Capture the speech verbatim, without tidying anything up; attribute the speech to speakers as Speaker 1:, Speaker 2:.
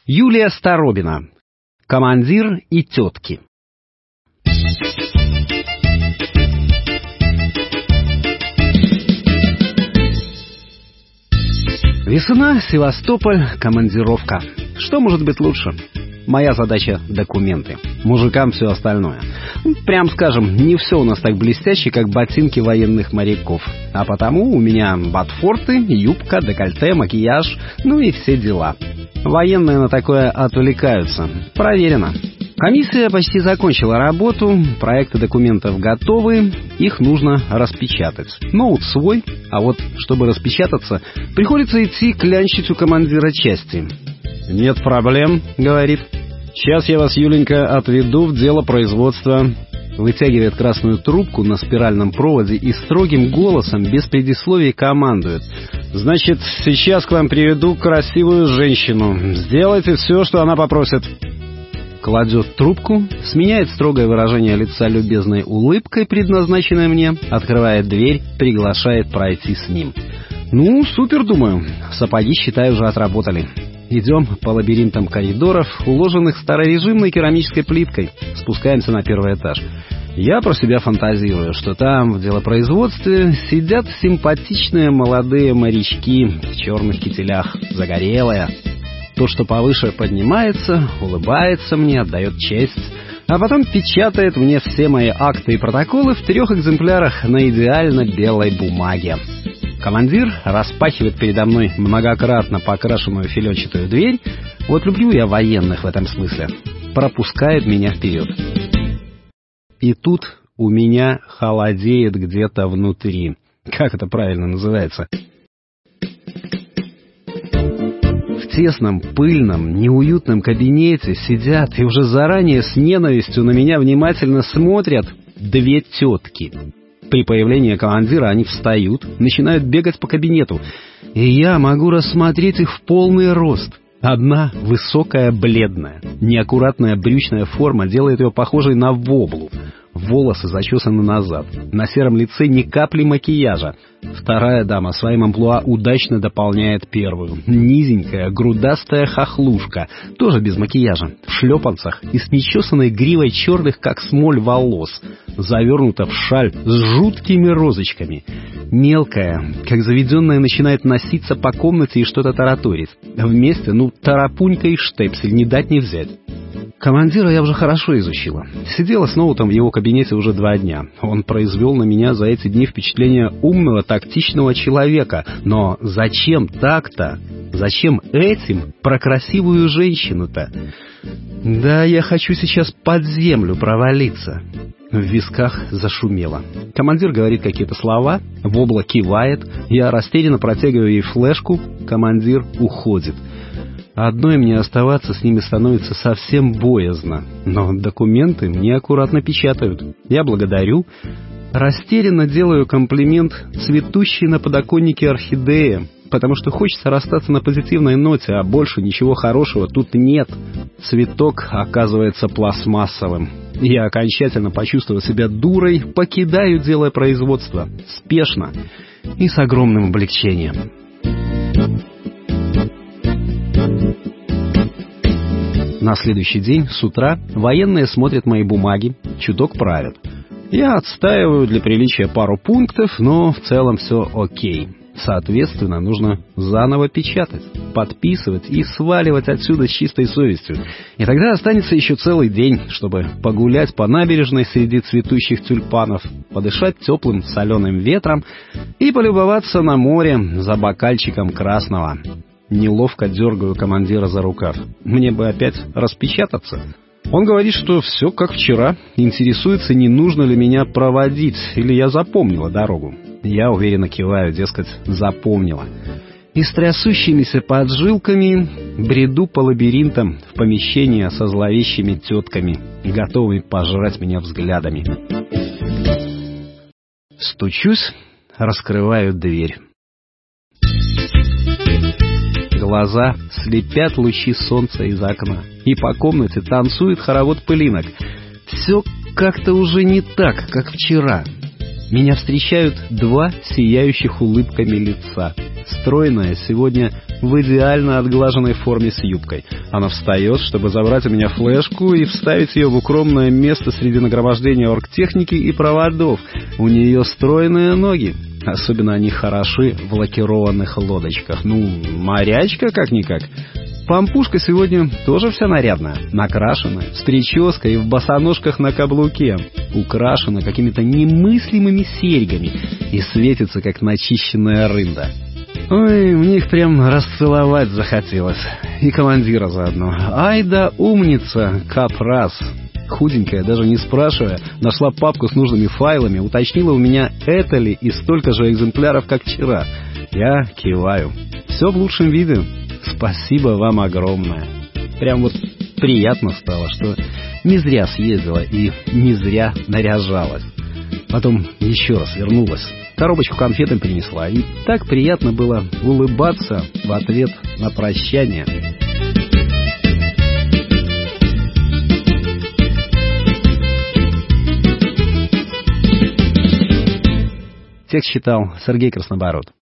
Speaker 1: Юлия Старобина. Командир и тетки. Весна, Севастополь, командировка. Что может быть лучше? Моя задача — документы. Мужикам все остальное. Прям скажем, не все у нас так блестяще, как ботинки военных моряков. А потому у меня ботфорты, юбка, декольте, макияж, ну и все дела. Военные на такое отвлекаются. Проверено. Комиссия почти закончила работу, проекты документов готовы, их нужно распечатать. Ноут свой, а вот чтобы распечататься, приходится идти клянчить у командира части. «Нет проблем», — говорит. «Сейчас я вас, Юленька, отведу в дело производства». Вытягивает красную трубку на спиральном проводе и строгим голосом, без предисловий, командует. «Значит, сейчас к вам приведу красивую женщину. Сделайте все, что она попросит». Кладет трубку, сменяет строгое выражение лица любезной улыбкой, предназначенной мне, открывает дверь, приглашает пройти с ним. Ну, супер, думаю. Сапоги, считаю, уже отработали. Идем по лабиринтам коридоров, уложенных старорежимной керамической плиткой. Спускаемся на первый этаж. Я про себя фантазирую, что там, в делопроизводстве, сидят симпатичные молодые морячки в черных кителях, загорелые. То, что повыше, поднимается, улыбается мне, отдает честь, а потом печатает мне все мои акты и протоколы в трех экземплярах на идеально белой бумаге. Командир распахивает передо мной многократно покрашенную филенчатую дверь, вот люблю я военных в этом смысле, пропускает меня вперед. И тут у меня холодеет где-то внутри. Как это правильно называется? В тесном, пыльном, неуютном кабинете сидят и уже заранее с ненавистью на меня внимательно смотрят две тетки. При появлении командира они встают, начинают бегать по кабинету, и я могу рассмотреть их в полный рост. Одна высокая, бледная, неаккуратная брючная форма делает ее похожей на воблу. Волосы зачесаны назад, на сером лице ни капли макияжа. Вторая дама своим амплуа удачно дополняет первую. Низенькая, грудастая хохлушка, тоже без макияжа, в шлепанцах и с нечесанной гривой черных, как смоль, волос, завернута в шаль с жуткими розочками. Мелкая, как заведенная, начинает носиться по комнате и что-то тараторить. Вместе, ну, тарапунька и штепсель, не дать не взять. Командира я уже хорошо изучила. Сидела с ноутом в его кабинете уже два дня. Он произвел на меня за эти дни впечатление умного, тактичного человека. Но зачем так-то? Зачем этим про красивую женщину-то? Да, я хочу сейчас под землю провалиться. В висках зашумело. Командир говорит какие-то слова, вобла кивает, я растерянно протягиваю ей флешку, командир уходит. Одной мне оставаться с ними становится совсем боязно, но документы мне аккуратно печатают. Я благодарю, растерянно делаю комплимент цветущей на подоконнике орхидее, потому что хочется расстаться на позитивной ноте, а больше ничего хорошего тут нет. Цветок оказывается пластмассовым. Я окончательно почувствовал себя дурой, покидаю дело производства, спешно и с огромным облегчением. На следующий день с утра военные смотрят мои бумаги, чуток правят. Я отстаиваю для приличия пару пунктов, но в целом все окей. Соответственно, нужно заново печатать, подписывать и сваливать отсюда с чистой совестью. И тогда останется еще целый день, чтобы погулять по набережной среди цветущих тюльпанов, подышать теплым соленым ветром и полюбоваться на море за бокальчиком красного. Неловко дергаю командира за рукав. Мне бы опять распечататься. Он говорит, что все как вчера, интересуется, не нужно ли меня проводить, или я запомнила дорогу. Я уверенно киваю, дескать, запомнила. И с трясущимися поджилками бреду по лабиринтам в помещение со зловещими тетками, готовыми пожрать меня взглядами. Стучусь, раскрываю дверь. Глаза слепят лучи солнца из окна, и по комнате танцует хоровод пылинок. Все как-то уже не так, как вчера. Меня встречают два сияющих улыбками лица. стройная, сегодня в идеально отглаженной форме с юбкой. Она встает, чтобы забрать у меня флешку и вставить ее в укромное место среди нагромождения оргтехники и проводов. У нее стройные ноги. Особенно они хороши в лакированных лодочках. Ну, морячка как-никак. Пампушка сегодня тоже вся нарядная, накрашенная, с прической и в босоножках на каблуке. Украшена какими-то немыслимыми серьгами и светится, как начищенная рында. Ой, мне их прям расцеловать захотелось. И командира заодно. Ай да умница, Капрас. Худенькая, даже не спрашивая, нашла папку с нужными файлами, уточнила у меня, это ли и столько же экземпляров, как вчера. Я киваю. Все в лучшем виде. Спасибо вам огромное. Прям вот приятно стало, что не зря съездила и не зря наряжалась. Потом еще раз вернулась, коробочку конфетам принесла, и так приятно было улыбаться в ответ на прощание. Текст читал Сергей Краснобород.